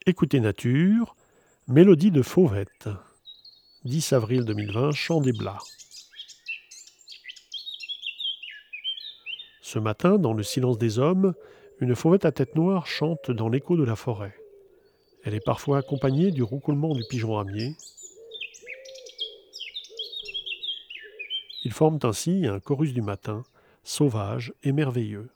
Écoutez Nature, mélodie de fauvette. 10 avril 2020, Chant des Blas. Ce matin, dans le silence des hommes, une fauvette à tête noire chante dans l'écho de la forêt. Elle est parfois accompagnée du roucoulement du pigeon ramier. Ils forment ainsi un chorus du matin, sauvage et merveilleux.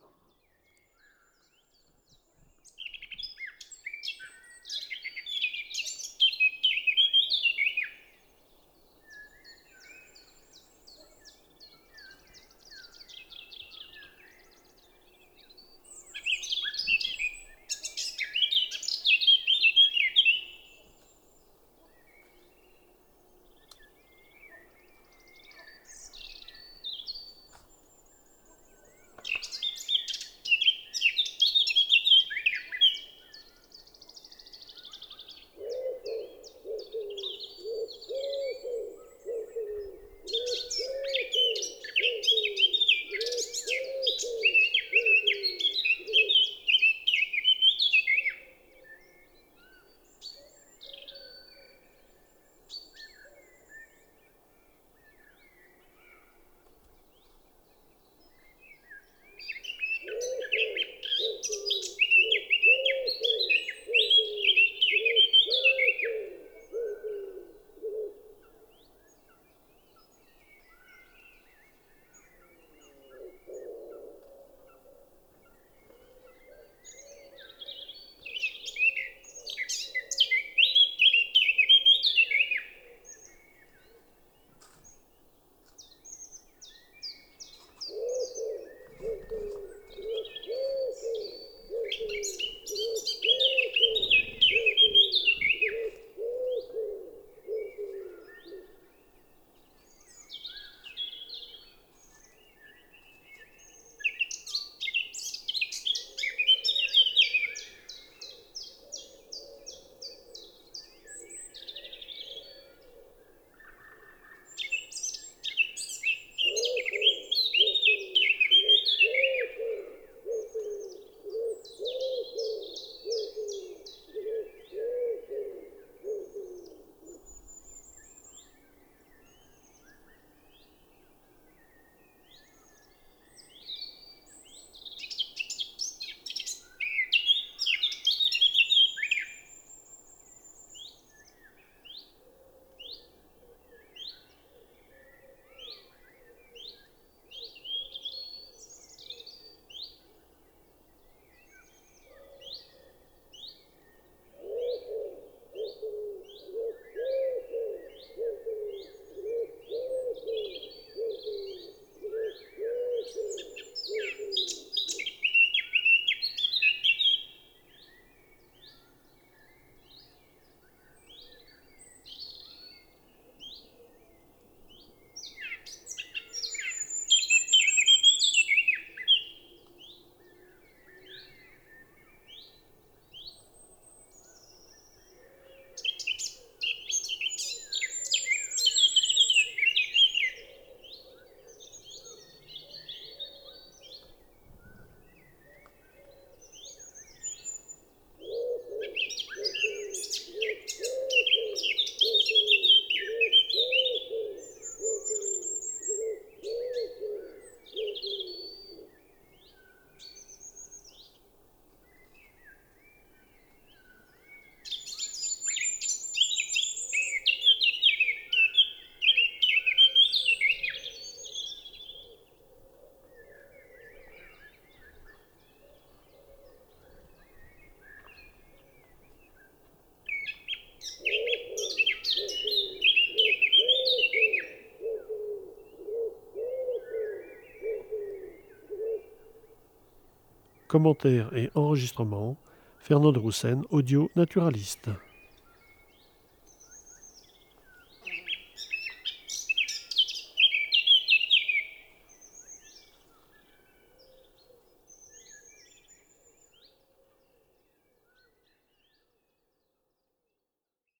Commentaires et enregistrements, Fernand de Roussen, audio naturaliste.